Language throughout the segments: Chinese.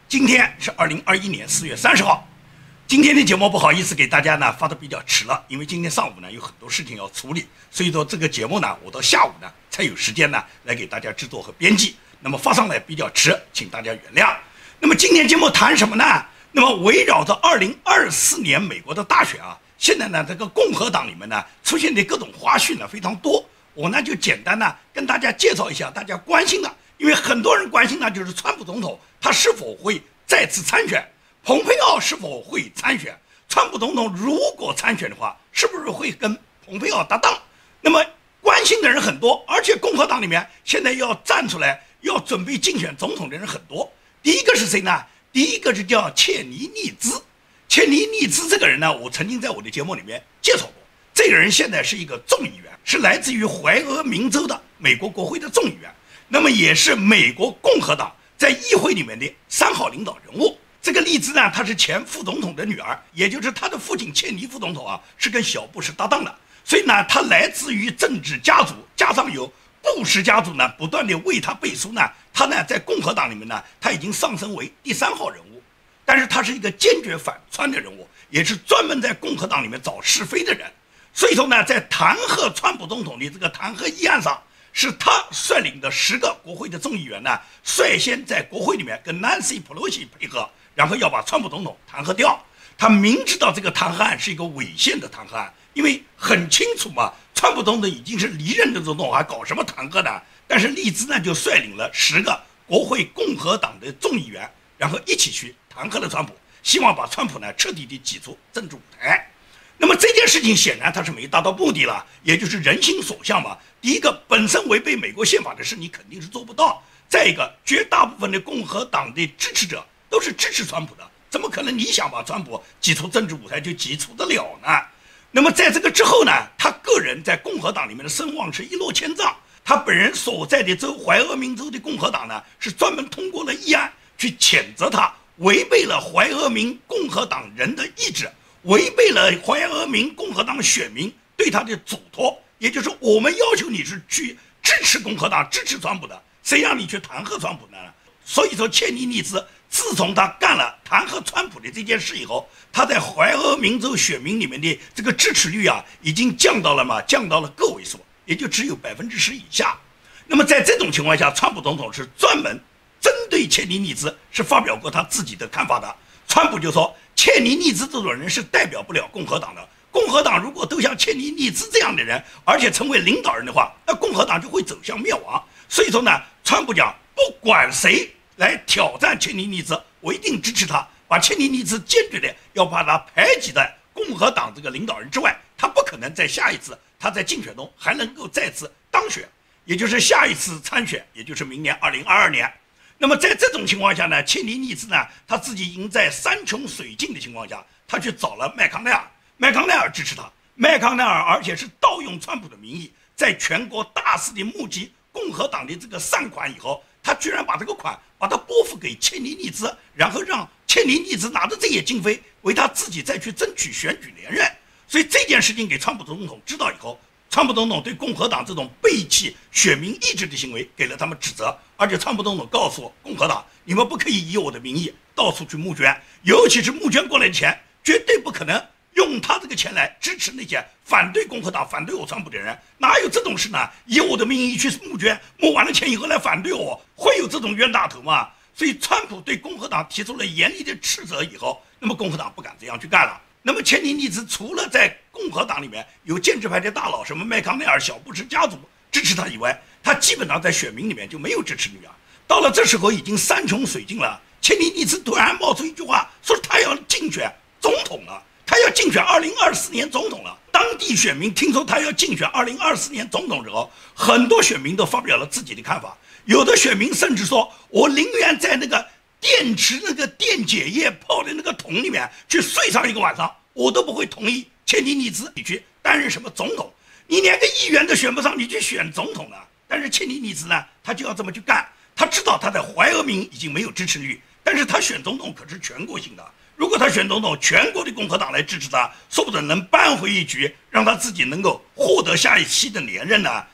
今天是2021年4月30号。今天的节目不好意思给大家呢发的比较迟了，因为今天上午呢有很多事情要处理，所以说这个节目呢我到下午呢才有时间呢来给大家制作和编辑，那么发上来比较迟，请大家原谅。那么今天节目谈什么呢？那么围绕着2024年美国的大选啊，现在呢这个共和党里面呢出现的各种花絮呢非常多，我呢就简单呢跟大家介绍一下大家关心的，因为很多人关心呢就是川普总统他是否会再次参选，蓬佩奥是否会参选，川普总统如果参选的话是不是会跟蓬佩奥搭档。那么关心的人很多，而且共和党里面现在要站出来要准备竞选总统的人很多。第一个是谁呢？第一个是叫切尼尼兹。切尼尼兹这个人呢，我曾经在我的节目里面介绍过，这个人现在是一个众议员，是来自于怀俄明州的美国国会的众议员，那么也是美国共和党在议会里面的3号领导人物。这个例子呢，他是前副总统的女儿，也就是他的父亲切尼副总统啊，是跟小布什搭档的，所以呢，他来自于政治家族，加上有布什家族呢不断的为他背书呢，他呢在共和党里面呢，他已经上升为第3号人物，但是他是一个坚决反川的人物，也是专门在共和党里面找是非的人。所以说呢，在弹劾川普总统的这个弹劾议案上，是他率领的10个国会的众议员呢，率先在国会里面跟 Nancy Pelosi 配合，然后要把川普总统弹劾掉。他明知道这个弹劾案是一个违宪的弹劾案，因为很清楚嘛，川普总统已经是离任的总统，还搞什么弹劾呢？但是利兹呢就率领了10个国会共和党的众议员，然后一起去弹劾了川普，希望把川普呢彻底的挤出政治舞台。那么这件事情显然他是没达到目的了，也就是人心所向嘛。第一个，本身违背美国宪法的事你肯定是做不到；再一个，绝大部分的共和党的支持者都是支持川普的，怎么可能你想把川普挤出政治舞台就挤出得了呢？那么在这个之后呢，他个人在共和党里面的声望是一落千丈。他本人所在的州怀俄明州的共和党呢，是专门通过了议案去谴责他违背了怀俄明共和党人的意志，违背了怀俄明共和党选民对他的嘱托，也就是我们要求你是去支持共和党，支持川普的，谁让你去弹劾川普呢？所以说切尼尼兹自从他干了弹劾川普的这件事以后，他在怀俄明州选民里面的这个支持率啊，已经降到了个位数，也就只有10%以下。那么在这种情况下，川普总统是专门针对切尼尼兹是发表过他自己的看法的。川普就说，切尼尼兹这种人是代表不了共和党的，共和党如果都像切尼尼兹这样的人，而且成为领导人的话，那共和党就会走向灭亡。所以说呢，川普讲不管谁来挑战切尼尼兹，我一定支持他，把切尼尼兹坚决的要把他排挤在共和党这个领导人之外，他不可能在下一次他在竞选中还能够再次当选，也就是下一次参选，也就是明年2022年。那么在这种情况下呢，切尼尼兹呢，他自己已经在山穷水尽的情况下，他去找了麦康奈尔，麦康奈尔支持他，麦康奈尔而且是盗用川普的名义，在全国大肆的募集共和党的这个善款以后，他居然把这个款把它拨付给切尼尼兹，然后让切尼尼兹拿着这些经费为他自己再去争取选举连任。所以这件事情给川普总统知道以后，川普总统对共和党这种背弃选民意志的行为给了他们指责，而且川普总统告诉共和党，你们不可以以我的名义到处去募捐，尤其是募捐过来的钱绝对不可能用他这个钱来支持那些反对共和党反对我川普的人，哪有这种事呢？以我的名义去募捐，募完了钱以后来反对我，会有这种冤大头吗？所以川普对共和党提出了严厉的斥责以后，那么共和党不敢这样去干了。那么切尼尼兹除了在共和党里面有建制派的大佬，什么麦康奈尔、小布什家族支持他以外，他基本上在选民里面就没有支持率啊。到了这时候已经山穷水尽了，切尼尼兹突然冒出一句话，说他要竞选总统了，他要竞选2024年总统了。当地选民听说他要竞选2024年总统之后，很多选民都发表了自己的看法，有的选民甚至说，我宁愿在那个电池那个电解液泡的那个桶里面去睡上一个晚上，我都不会同意切尼尼兹你去担任什么总统，你连个议员都选不上，你去选总统了。但是切尼尼兹呢，他就要这么去干。他知道他在怀俄明已经没有支持率，但是他选总统可是全国性的，如果他选总统，全国的共和党来支持他，说不准能扳回一局，让他自己能够获得下一期的连任呢。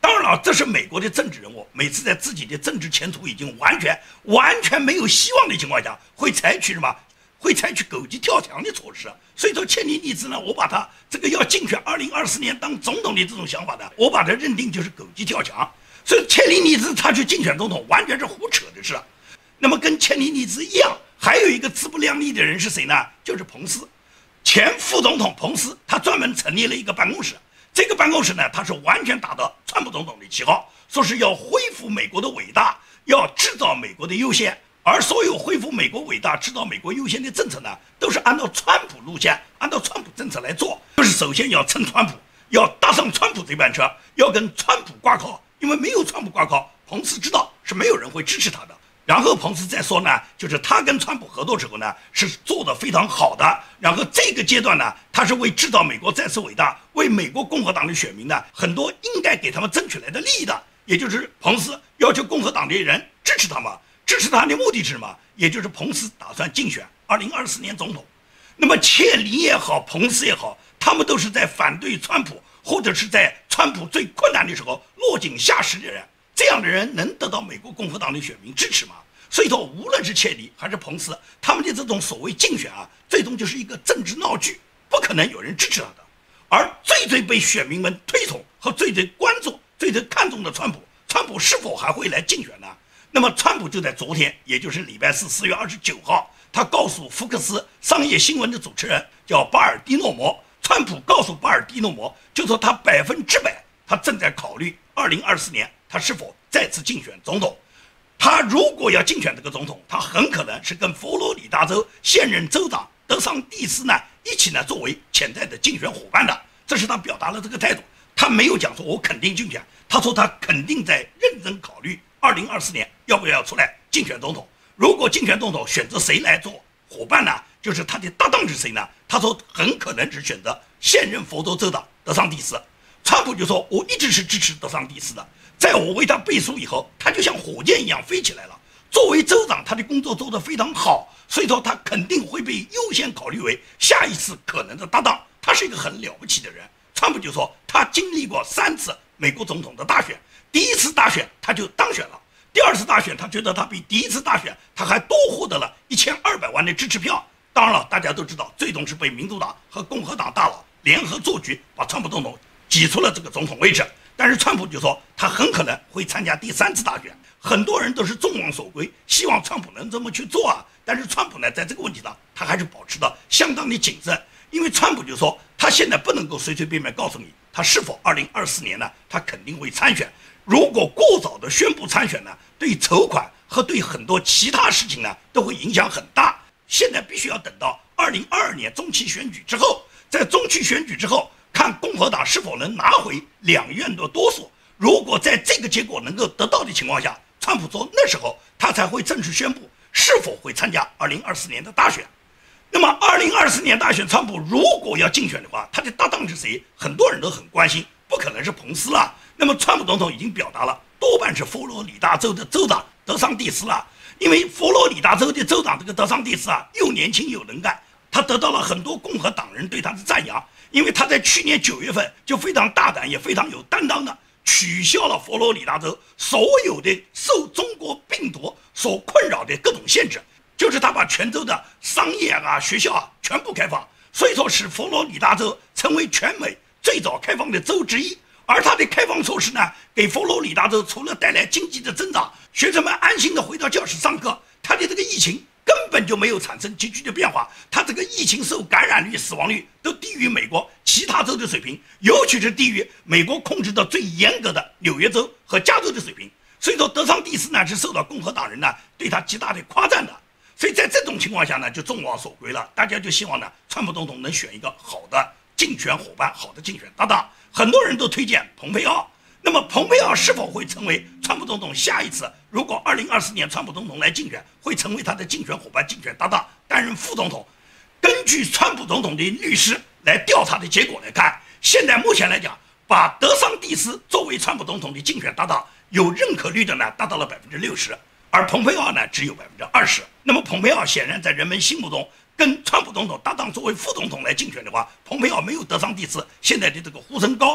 当然了，这是美国的政治人物，每次在自己的政治前途已经完全没有希望的情况下，会采取什么？会采取狗急跳墙的措施。所以说，切尼尼兹呢，我把他这个要竞选2024年当总统的这种想法呢，我把它认定就是狗急跳墙。所以切尼尼兹他去竞选总统，完全是胡扯的事。那么跟切尼尼兹一样，还有一个自不量力的人是谁呢？就是彭斯，前副总统彭斯，他专门成立了一个办公室。这个办公室呢，他是完全打着川普总统的旗号，说是要恢复美国的伟大，要制造美国的优先。而所有恢复美国伟大、制造美国优先的政策呢，都是按照川普路线、按照川普政策来做。就是首先要蹭川普，要搭上川普这班车，要跟川普挂靠。因为没有川普挂靠，彭斯知道是没有人会支持他的。然后彭斯再说呢，就是他跟川普合作之后呢，是做得非常好的。然后这个阶段呢，他是为制造美国再次伟大，为美国共和党的选民呢，很多应该给他们争取来的利益的。也就是彭斯要求共和党的人支持他们。支持他的目的是什么？也就是彭斯打算竞选2024年总统。那么切尼也好，彭斯也好，他们都是在反对川普，或者是在川普最困难的时候落井下石的人。这样的人能得到美国共和党的选民支持吗？所以说，无论是切尼还是彭斯，他们的这种所谓竞选啊，最终就是一个政治闹剧，不可能有人支持他的。而最被选民们推崇和最关注、最看重的川普是否还会来竞选呢？那么川普就在昨天，也就是礼拜四4月29号，他告诉福克斯商业新闻的主持人叫巴尔的诺摩，川普告诉巴尔的诺摩，就说他100%他正在考虑2024年他是否再次竞选总统。他如果要竞选这个总统，他很可能是跟佛罗里达州现任州长德桑蒂斯呢一起呢作为潜在的竞选伙伴的。这是他表达了这个态度，他没有讲说我肯定竞选，他说他肯定在认真考虑2024年要不要出来竞选总统。如果竞选总统选择谁来做伙伴呢？就是他的搭档是谁呢？他说很可能只选择现任佛州州长德桑蒂斯。川普就说我一直是支持德桑蒂斯的，在我为他背书以后，他就像火箭一样飞起来了。作为州长，他的工作做得非常好，所以说他肯定会被优先考虑为下一次可能的搭档。他是一个很了不起的人。川普就说他经历过3次美国总统的大选，第一次大选他就当选了，第二次大选他觉得他比第一次大选他还多获得了1200万的支持票。当然了，大家都知道，最终是被民主党和共和党大佬联合做局，把川普总统挤出了这个总统位置。但是川普就说他很可能会参加第3次大选，很多人都是众望所归，希望川普能这么去做啊。但是川普呢，在这个问题上他还是保持的相当的谨慎，因为川普就说他现在不能够随随便便告诉你他是否2024年呢他肯定会参选。如果过早的宣布参选呢，对筹款和对很多其他事情呢都会影响很大。现在必须要等到2022年中期选举之后，在中期选举之后，看共和党是否能拿回2院的多数。如果在这个结果能够得到的情况下，川普说那时候他才会正式宣布是否会参加2024年的大选。那么2024年大选，川普如果要竞选的话，他的搭档是谁？很多人都很关心，不可能是彭斯了。那么川普总统已经表达了，多半是佛罗里达州的州长德桑蒂斯了。因为佛罗里达州的州长这个德桑蒂斯啊，又年轻又能干，他得到了很多共和党人对他的赞扬。因为他在去年9月份就非常大胆也非常有担当的取消了佛罗里达州所有的受中国病毒所困扰的各种限制，就是他把全州的商业啊、学校啊全部开放，所以说使佛罗里达州成为全美最早开放的州之一。而他的开放措施呢，给佛罗里达州除了带来经济的增长，学生们安心的回到教室上课，他的这个疫情根本就没有产生急剧的变化，他这个疫情受感染率、死亡率都低于美国其他州的水平，尤其是低于美国控制的最严格的纽约州和加州的水平。所以说德桑蒂斯呢是受到共和党人呢对他极大的夸赞的。所以在这种情况下呢，就众望所归了，大家就希望呢川普总统能选一个好的竞选伙伴、好的竞选搭档。很多人都推荐蓬佩奥。那么蓬佩奥是否会成为川普总统下一次，如果2024年川普总统来竞选，会成为他的竞选伙伴、竞选搭档，担任副总统？根据川普总统的律师来调查的结果来看，现在目前来讲，把德桑蒂斯作为川普总统的竞选搭档，有认可率的呢达到了60%，而蓬佩奥呢只有20%。那么蓬佩奥显然在人们心目中跟川普总统搭档作为副总统来竞选的话，蓬佩奥没有德桑蒂斯现在的这个呼声高。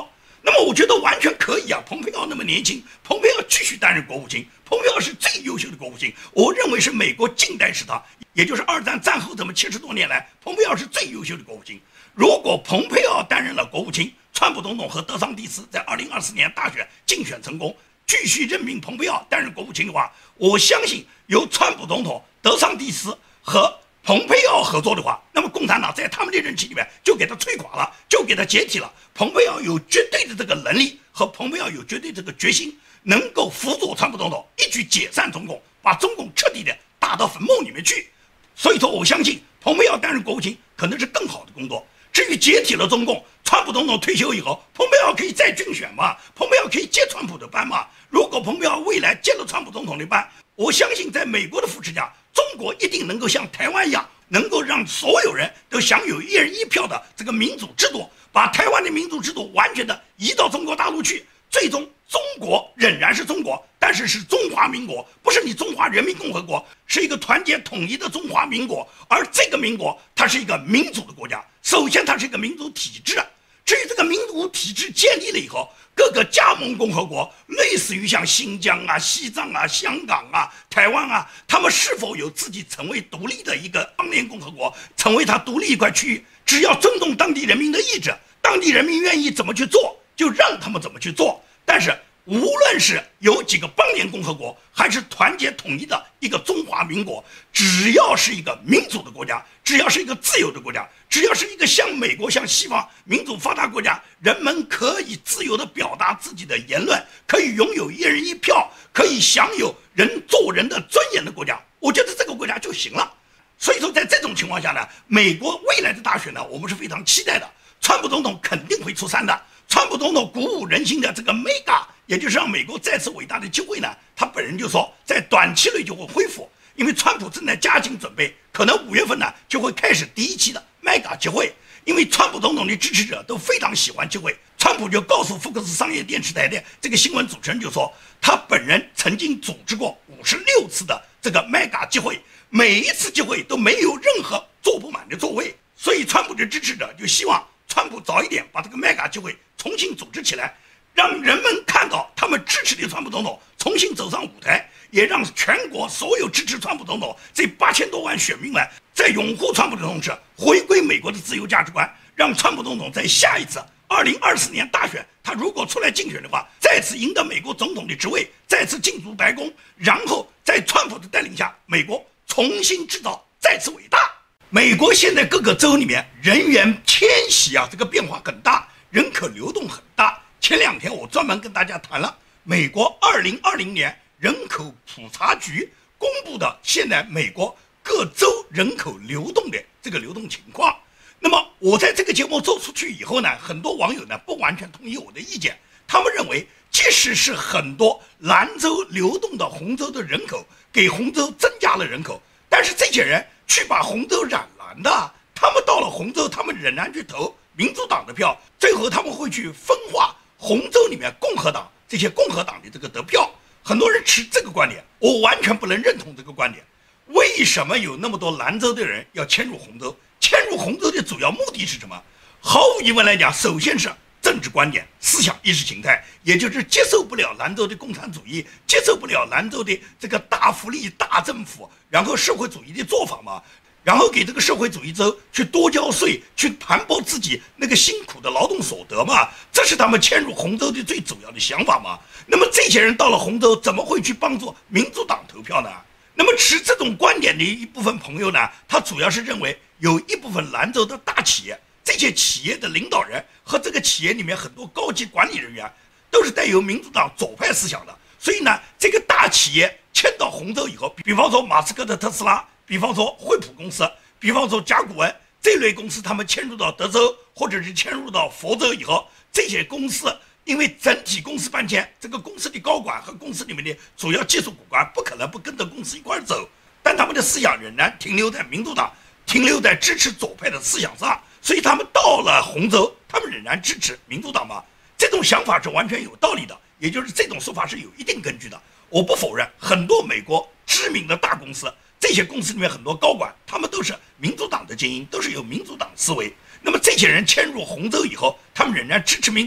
那么我觉得完全可以啊，蓬佩奥那么年轻，蓬佩奥继续担任国务卿，蓬佩奥是最优秀的国务卿，我认为是美国近代史上，也就是二战战后这么70多年来，蓬佩奥是最优秀的国务卿。如果蓬佩奥担任了国务卿，川普总统和德桑蒂斯在2024年大选竞选成功，继续任命蓬佩奥担任国务卿的话，我相信由川普总统、德桑蒂斯和蓬佩奥合作的话，那么共产党在他们的任期里面就给他摧垮了，就给他解体了。蓬佩奥有绝对的这个能力和蓬佩奥有绝对这个决心，能够辅佐川普总统一举解散中共，把中共彻底的打到坟墓里面去。所以说，我相信蓬佩奥担任国务卿可能是更好的工作。至于解体了中共，川普总统退休以后，蓬佩奥可以再竞选嘛？蓬佩奥可以接川普的班嘛？如果蓬佩奥未来接了川普总统的班，我相信在美国的扶持下，中国一定能够像台湾一样，能够让所有人都享有1人1票的这个民主制度，把台湾的民主制度完全的移到中国大陆去。最终，中国仍然是中国，但是是中华民国，不是你中华人民共和国，是一个团结统一的中华民国。而这个民国，它是一个民主的国家，首先它是一个民主体制。至于这个民主体制建立了以后，各个加盟共和国，类似于像新疆啊、西藏啊、香港啊、台湾啊，他们是否有自己成为独立的一个邦联共和国，成为它独立一块区域，只要尊重当地人民的意志，当地人民愿意怎么去做，就让他们怎么去做。但是无论是有几个邦联共和国，还是团结统一的一个中华民国，只要是一个民主的国家，只要是一个自由的国家，只要是一个像美国、像西方民主发达国家，人们可以自由地表达自己的言论，可以拥有1人1票，可以享有人做人的尊严的国家，我觉得这个国家就行了。所以说，在这种情况下呢，美国未来的大选呢，我们是非常期待的。川普总统肯定会出山的。川普总统鼓舞人心的这个 MEGA， 也就是让美国再次伟大的机会呢，他本人就说在短期内就会恢复，因为川普正在加紧准备，可能5月份呢就会开始第1期的 MEGA 集会。因为川普总统的支持者都非常喜欢集会，川普就告诉福克斯商业电视台的这个新闻主持人就说，他本人曾经组织过56次的这个 MEGA 集会，每一次集会都没有任何坐不满的座位，所以川普的支持者就希望川普早一点把这个 MEGA 集会重新组织起来，让人们看到他们支持的川普总统重新走上舞台，也让全国所有支持川普总统这8000多万选民们在拥护川普的同时，回归美国的自由价值观，让川普总统在下一次2024年大选，他如果出来竞选的话，再次赢得美国总统的职位，再次进入白宫，然后在川普的带领下，美国重新制造再次伟大。美国现在各个州里面人员迁徙啊，这个变化很大，人口流动很大。前2天我专门跟大家谈了美国2020年人口普查局公布的现在美国各州人口流动的这个流动情况。那么我在这个节目做出去以后呢，很多网友呢不完全同意我的意见，他们认为即使是很多蓝州流动到红州的人口给红州增加了人口，但是这些人去把红州染蓝的，他们到了红州，他们仍然去投民主党的票，最后他们会去分化红州里面共和党这些共和党的这个得票。很多人持这个观点，我完全不能认同这个观点。为什么有那么多兰州的人要迁入红州？迁入红州的主要目的是什么？毫无疑问来讲，首先是政治观点、思想意识形态，也就是接受不了兰州的共产主义，接受不了兰州的这个大福利、大政府，然后社会主义的做法嘛，然后给这个社会主义州去多交税，去盘剥自己那个辛苦的劳动所得嘛，这是他们迁入红州的最主要的想法嘛。那么这些人到了红州，怎么会去帮助民主党投票呢？那么持这种观点的一部分朋友呢，他主要是认为有一部分兰州的大企业，这些企业的领导人和这个企业里面很多高级管理人员都是带有民主党左派思想的，所以呢，这个大企业迁到红州以后，比方说马斯克的特斯拉，比方说惠普公司，比方说甲骨文这类公司，他们迁入到德州或者是迁入到佛州以后，这些公司因为整体公司搬迁，这个公司的高管和公司里面的主要技术骨干不可能不跟着公司一块走，但他们的思想仍然停留在民主党，停留在支持左派的思想上，所以他们到了红州，他们仍然支持民主党嘛。这种想法是完全有道理的，也就是这种说法是有一定根据的。我不否认很多美国知名的大公司，这些公司里面很多高管，他们都是民主党的精英，都是有民主党思维。那么这些人迁入红州以后，他们仍然支持民主党，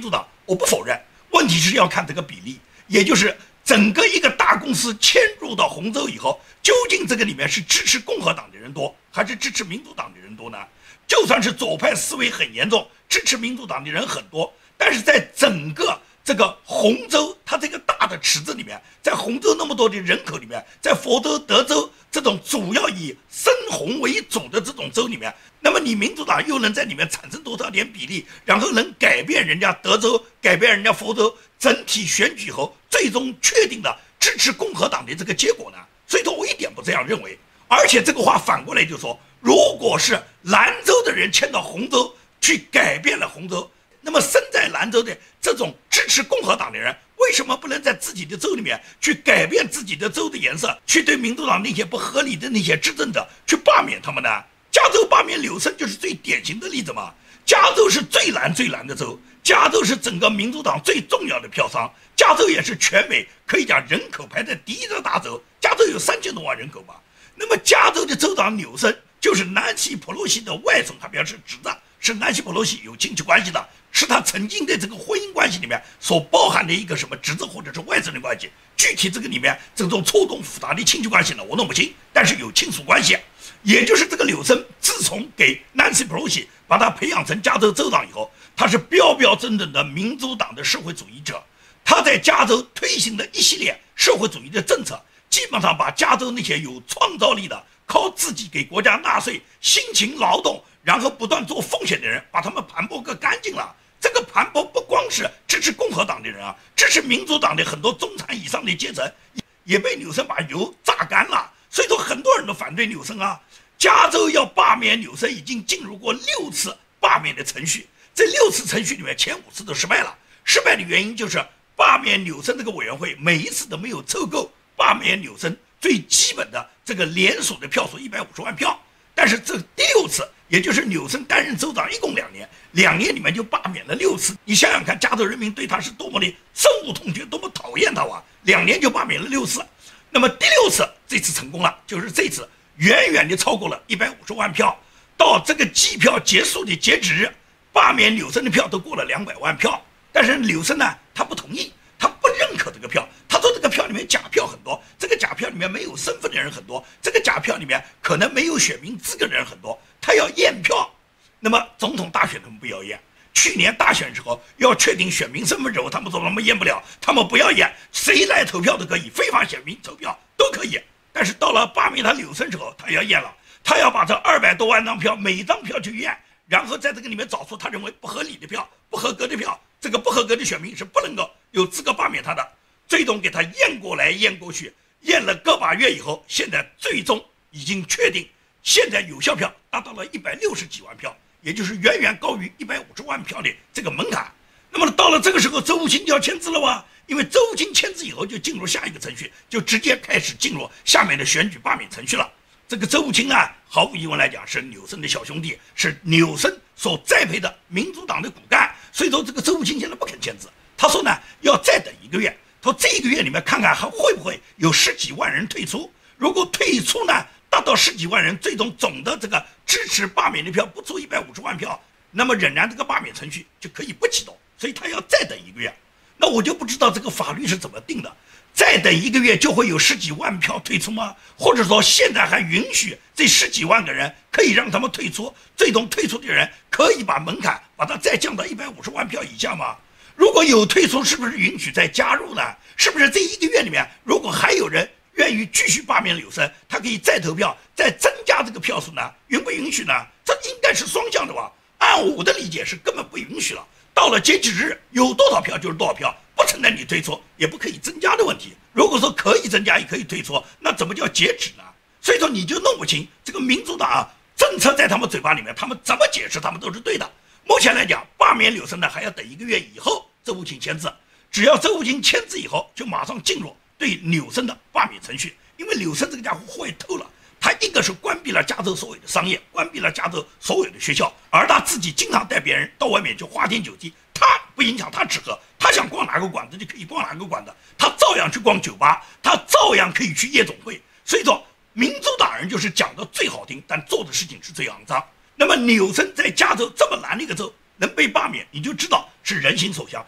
我不否认，问题是要看这个比例，也就是整个一个大公司迁入到洪州以后，究竟这个里面是支持共和党的人多，还是支持民主党的人多呢？就算是左派思维很严重，支持民主党的人很多，但是在整个这个洪州，它这个大的池子里面，在洪州那么多的人口里面，在佛州、德州这种主要以深红为主的这种州里面，那么你民主党又能在里面产生多少点比例，然后能改变人家德州、改变人家佛州整体选举后最终确定的支持共和党的这个结果呢？所以说我一点不这样认为。而且这个话反过来就说，如果是兰州的人迁到洪州去改变了洪州，那么身在兰州的这种支持共和党的人，为什么不能在自己的州里面去改变自己的州的颜色，去对民主党那些不合理的那些执政者去罢免他们呢？加州罢免柳森就是最典型的例子嘛。加州是最蓝的州，加州是整个民主党最重要的票仓，加州也是全美可以讲人口排在第一的大州，加州有3000多万人口吧。那么加州的州长纽森就是南希·普洛西的外甥，他表示侄子，是南希·普洛西有亲戚关系的，是他曾经的这个婚姻关系里面所包含的一个什么侄子或者是外甥的关系。具体这个里面这种错综复杂的亲戚关系呢，我弄不清，但是有亲属关系。也就是这个纽森自从给南希·普洛西把他培养成加州州长以后，他是标标准准的民主党的社会主义者。他在加州推行的一系列社会主义的政策，基本上把加州那些有创造力的、靠自己给国家纳税、辛勤劳动，然后不断做奉献的人，把他们盘剥个干净了。这个盘剥不光是支持共和党的人啊，支持民主党的很多中产以上的阶层，也被纽森把油榨干了。所以说，很多人都反对纽森啊。加州要罢免纽森已经进入过6次罢免的程序，这6次程序里面前5次都失败了。失败的原因就是罢免纽森这个委员会每一次都没有凑够罢免纽森最基本的这个联署的票数150万票。但是这第6次，也就是纽森担任州长一共2年，2年里面就罢免了6次。你想想看，加州人民对他是多么的深恶痛绝，多么讨厌他啊！2年就罢免了6次。那么第6次这次成功了，就是这次远远地超过了150万票。到这个计票结束的截止日，罢免纽森的票都过了200万票。但是纽森呢，他不同意，他不认可这个票。他说这个票里面假票很多，这个假票里面没有身份的人很多，这个假票里面可能没有选民资格的人很多，他要验票。那么总统大选他们不要验，去年大选时候要确定选民身份时候，他们说他们验不了，他们不要验，谁来投票都可以，非法选民投票都可以。但是到了罢免他纽森时候，他要验了，他要把这200多万张票每一张票去验，然后在这个里面找出他认为不合理的票、不合格的票，这个不合格的选民是不能够有资格罢免他的。最终给他验过来验过去，验了个把月以后，现在最终已经确定，现在有效票达到了160几万票，也就是远远高于150万票的这个门槛。那么到了这个时候，周务清就要签字了哇，因为周务清签字以后就进入下一个程序，就直接开始进入下面的选举罢免程序了。这个周务清呢，毫无疑问来讲是纽森的小兄弟，是纽森所栽培的民主党的骨干，所以说这个周务清现在不肯签字，他说呢要再等1个月。他说这1个月里面看看还会不会有10几万人退出，如果退出呢达到10几万人，最终总的这个支持罢免的票不足150万票，那么仍然这个罢免程序就可以不启动，所以他要再等1个月。那我就不知道这个法律是怎么定的，再等1个月就会有10几万票退出吗？或者说现在还允许这10几万个人可以让他们退出，最终退出的人可以把门槛把它再降到150万票以下吗？如果有退出，是不是允许再加入呢？是不是这1个月里面，如果还有人愿意继续罢免纽森，他可以再投票，再增加这个票数呢？允不允许呢？这应该是双向的吧？按我的理解是根本不允许了。到了截止日，有多少票就是多少票，不存在你退出也不可以增加的问题。如果说可以增加也可以退出，那怎么叫截止呢？所以说你就弄不清这个民主党啊，政策在他们嘴巴里面，他们怎么解释他们都是对的。目前来讲，罢免纽森呢还要等1个月以后周务清签字，只要周务清签字以后，就马上进入对纽森的罢免程序。因为纽森这个家伙坏透了，他一个是关闭了加州所有的商业，关闭了加州所有的学校，而他自己经常带别人到外面去花天酒地，他不影响他吃喝，他想逛哪个馆子就可以逛哪个馆子，他照样去逛酒吧，他照样可以去夜总会。所以说，民主党人就是讲的最好听，但做的事情是最肮脏。那么纽森在加州这么难的一个州能被罢免，你就知道是人心所向。基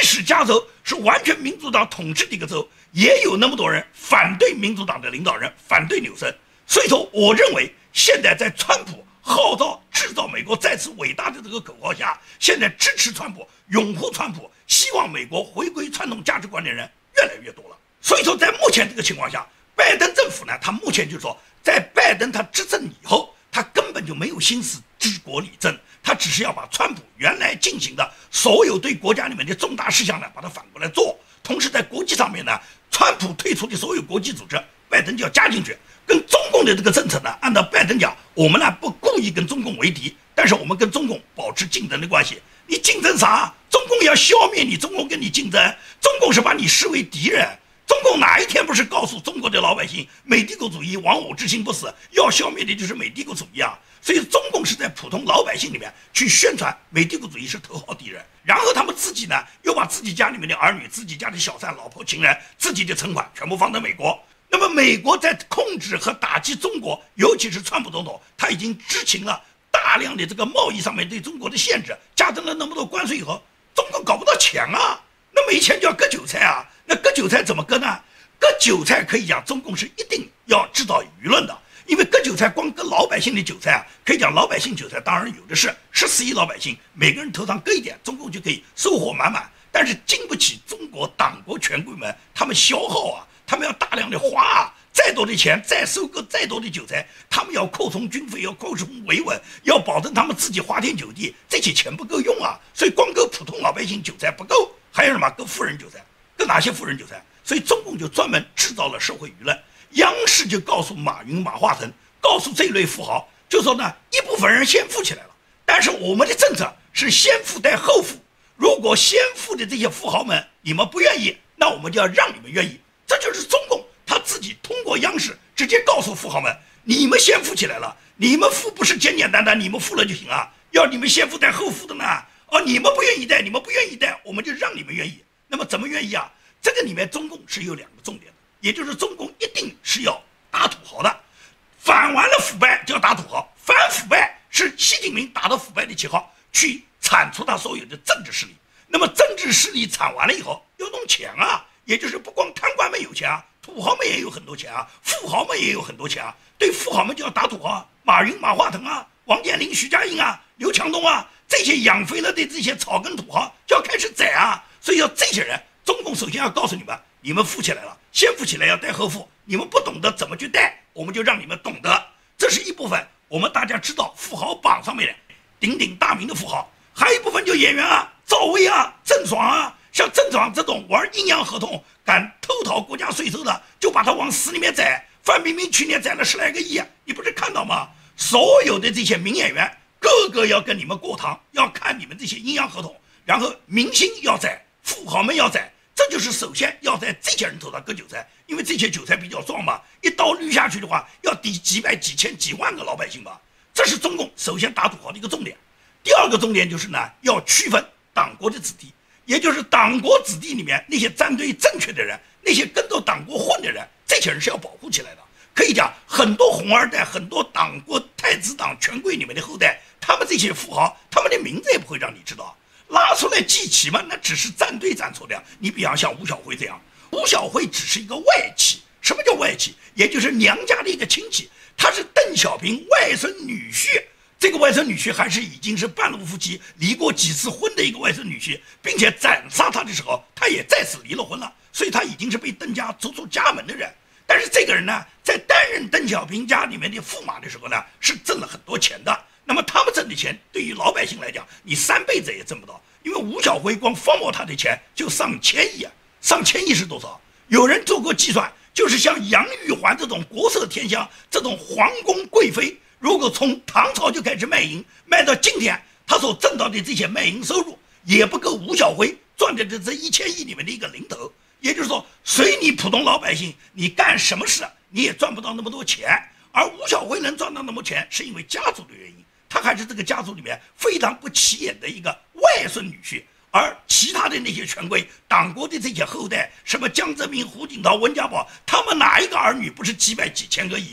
使加州是完全民主党统治的一个州，也有那么多人反对民主党的领导人，反对纽森。所以说，我认为现在在川普号召制造美国再次伟大的这个口号下，现在支持川普、拥护川普、希望美国回归传统价值观的人越来越多了。所以说，在目前这个情况下，拜登政府呢，他目前就是说，在拜登他执政以后，他根本就没有心思治国理政，他只是要把川普原来进行的所有对国家里面的重大事项呢，把它反过来做。同时在国际上面呢，川普退出的所有国际组织，拜登就要加进去。跟中共的这个政策呢，按照拜登讲，我们呢不故意跟中共为敌，但是我们跟中共保持竞争的关系。你竞争啥？中共要消灭你，中共跟你竞争，中共是把你视为敌人。中共哪一天不是告诉中国的老百姓，美帝国主义亡我之心不死，要消灭的就是美帝国主义啊！所以中共是在普通老百姓里面去宣传美帝国主义是头号敌人，然后他们自己呢又把自己家里面的儿女、自己家的小三、老婆、情人、自己的存款全部放在美国。那么美国在控制和打击中国，尤其是川普总统，他已经执行了大量的这个贸易上面对中国的限制，加征了那么多关税以后，中国搞不到钱啊，那没钱就要割韭菜啊。那割韭菜怎么割呢？割韭菜可以讲中共是一定要制造舆论的，因为割韭菜光割老百姓的韭菜啊，可以讲老百姓韭菜当然有的是，14亿老百姓每个人头上割一点，中共就可以收获满满。但是经不起中国党国权贵们他们消耗啊，他们要大量的花啊，再多的钱，再收割再多的韭菜，他们要扩充军费，要扩充维稳，要保证他们自己花天酒地，这些钱不够用啊，所以光割普通老百姓韭菜不够，还有什么割富人韭菜？割哪些富人韭菜？所以中共就专门制造了社会舆论，央视就告诉马云、马化腾，告诉这类富豪，就说呢，一部分人先富起来了，但是我们的政策是先富带后富，如果先富的这些富豪们你们不愿意，那我们就要让你们愿意。这就是中共他自己通过央视直接告诉富豪们，你们先富起来了，你们富不是简简单单你们富了就行啊，要你们先富带后富的呢。你们不愿意带，你们不愿意带，我们就让你们愿意。那么怎么愿意啊？这个里面中共是有两个重点的，也就是中共一定是要打土豪的，反完了腐败就要打土豪，反腐败是习近平打着腐败的旗号去铲除他所有的政治势力。那么政治势力铲完了以后要弄钱啊，也就是不光贪官们有钱啊，土豪们也有很多钱啊，富豪们也有很多钱啊。对富豪们就要打土豪啊，马云、马化腾啊，王健林、徐家印啊，刘强东啊，这些养肥了的这些草根土豪就要开始宰啊。所以要这些人，中共首先要告诉你们，你们富起来了，先富起来要带后富，你们不懂得怎么去带，我们就让你们懂得。这是一部分我们大家知道富豪榜上面的鼎鼎大名的富豪，还有一部分就演员啊，赵薇啊，郑爽啊，像郑爽这种玩阴阳合同敢偷逃国家税收的，就把他往死里面宰。范冰冰去年宰了10来个亿啊，你不是看到吗？所有的这些名演员个个要跟你们过堂，要看你们这些阴阳合同，然后明星要宰，富豪们要宰，这就是首先要在这些人头上割韭菜，因为这些韭菜比较壮嘛，一刀捋下去的话，要抵几百、几千、几万个老百姓吧。这是中共首先打土豪的一个重点。第二个重点就是呢，要区分党国的子弟，也就是党国子弟里面那些站队正确的人，那些跟着党国混的人，这些人是要保护起来的。可以讲，很多红二代，很多党国太子党权贵里面的后代，他们这些富豪，他们的名字也不会让你知道。拉出来祭旗嘛，那只是站队站错的。你比方像吴小辉这样，吴小辉只是一个外戚。什么叫外戚？也就是娘家的一个亲戚，他是邓小平外孙女婿。这个外孙女婿还是已经是半路夫妻，离过几次婚的一个外孙女婿，并且斩杀他的时候，他也再次离了婚了，所以他已经是被邓家逐出家门的人。但是这个人呢，在担任邓小平家里面的驸马的时候呢，是挣了很多钱的。那么他们挣的钱对于老百姓来讲，你3辈子也挣不到，因为吴小辉光方某他的钱就上千亿啊，上千亿是多少？有人做过计算，就是像杨玉环这种国色天香、这种皇宫贵妃，如果从唐朝就开始卖淫，卖到今天，他所挣到的这些卖淫收入，也不够吴小辉赚的这1000亿里面的一个零头。也就是说，随你普通老百姓，你干什么事，你也赚不到那么多钱。而吴小辉能赚到那么多钱，是因为家族的原因。他还是这个家族里面非常不起眼的一个外孙女婿，而其他的那些权贵、党国的这些后代，什么江泽民、胡锦涛、温家宝，他们哪一个儿女不是几百几千个亿啊？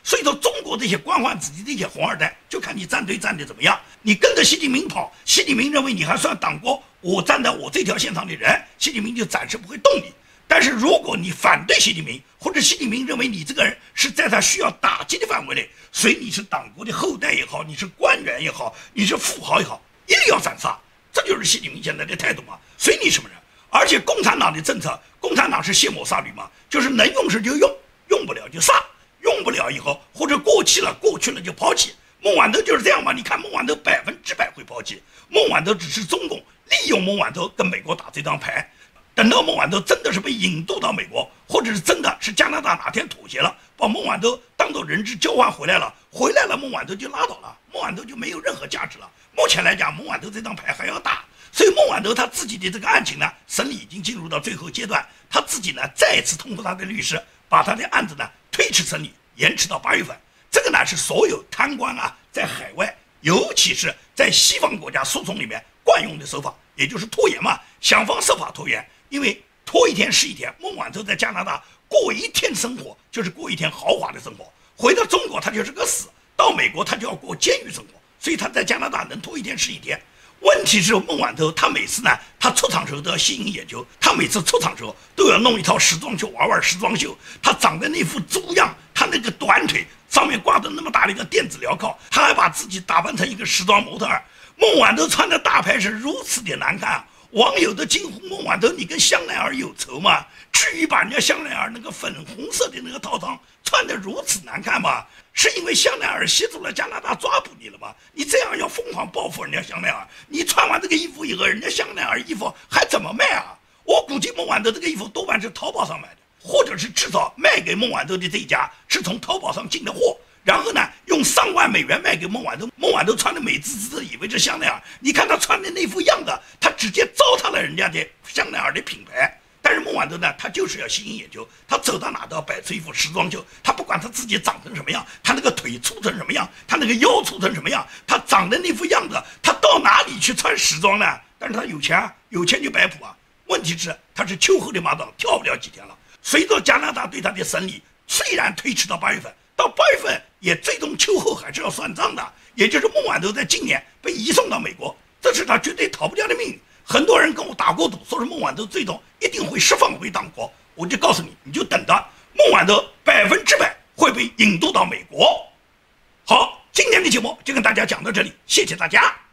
所以说，中国这些官宦子弟这些红二代，就看你站队站得怎么样。你跟着习近平跑，习近平认为你还算党国，我站在我这条线上的人，习近平就暂时不会动你。但是如果你反对习近平，或者习近平认为你这个人是在他需要打击的范围内，随你是党国的后代也好，你是官员也好，你是富豪也好，一定要斩杀。这就是习近平现在的态度嘛，随你什么人。而且共产党的政策，共产党是卸磨杀驴嘛，就是能用时就用，用不了就杀，用不了以后或者过期了，过去了就抛弃。孟晚舟就是这样嘛，你看孟晚舟100%会抛弃，孟晚舟只是中共利用孟晚舟跟美国打这张牌。等到孟晚舟真的是被引渡到美国，或者是真的是加拿大哪天妥协了，把孟晚舟当做人质交换回来了，孟晚舟就拉倒了，孟晚舟就没有任何价值了。目前来讲，孟晚舟这张牌还要打，所以孟晚舟他自己的这个案情呢，审理已经进入到最后阶段，他自己呢再次通过他的律师把他的案子呢推迟审理，延迟到8月份。这个呢是所有贪官啊在海外，尤其是在西方国家诉讼里面惯用的手法，也就是拖延嘛，想方设法拖延。因为拖一天是一天，孟晚舟在加拿大过一天生活就是过一天豪华的生活，回到中国他就是个死，到美国他就要过监狱生活，所以他在加拿大能拖一天是一天。问题是孟晚舟他每次呢，他出场时候都要吸引眼球，他每次出场时候都要弄一套时装秀玩时装秀，他长得那副猪样，他那个短腿上面挂着那么大的一个电子镣铐，他还把自己打扮成一个时装模特儿。孟晚舟穿的大牌是如此的难看啊，网友都惊呼孟晚舟你跟香奈儿有仇吗？至于把人家香奈儿那个粉红色的那个套装穿得如此难看吗？是因为香奈儿协助了加拿大抓捕你了吗？你这样要疯狂报复人家香奈儿，你穿完这个衣服以后，人家香奈儿衣服还怎么卖啊？我估计孟晚舟这个衣服多半是淘宝上买的，或者是至少卖给孟晚舟的这一家是从淘宝上进的货，然后呢用上万美元卖给孟晚舟，孟晚舟穿的美滋滋的，以为是香奈儿，你看他穿的那副样子，他直接糟蹋了人家的香奈儿的品牌。但是孟晚舟呢，他就是要吸引眼球，他走到哪都要摆出一副时装秀，他不管他自己长成什么样，他那个腿粗成什么样，他那个腰粗成什么样，他长的那副样子，他到哪里去穿时装呢？但是他有钱啊，有钱就摆谱啊。问题是他是秋后的马场，跳不了几天了。随着加拿大对他的审理，虽然推迟到8月份，到8月份也最终秋后还是要算账的，也就是孟晚舟在今年被移送到美国，这是他绝对逃不掉的命运。很多人跟我打过赌，说是孟晚舟最终一定会释放回党国，我就告诉你，你就等着，孟晚舟100%会被引渡到美国。好，今天的节目就跟大家讲到这里，谢谢大家。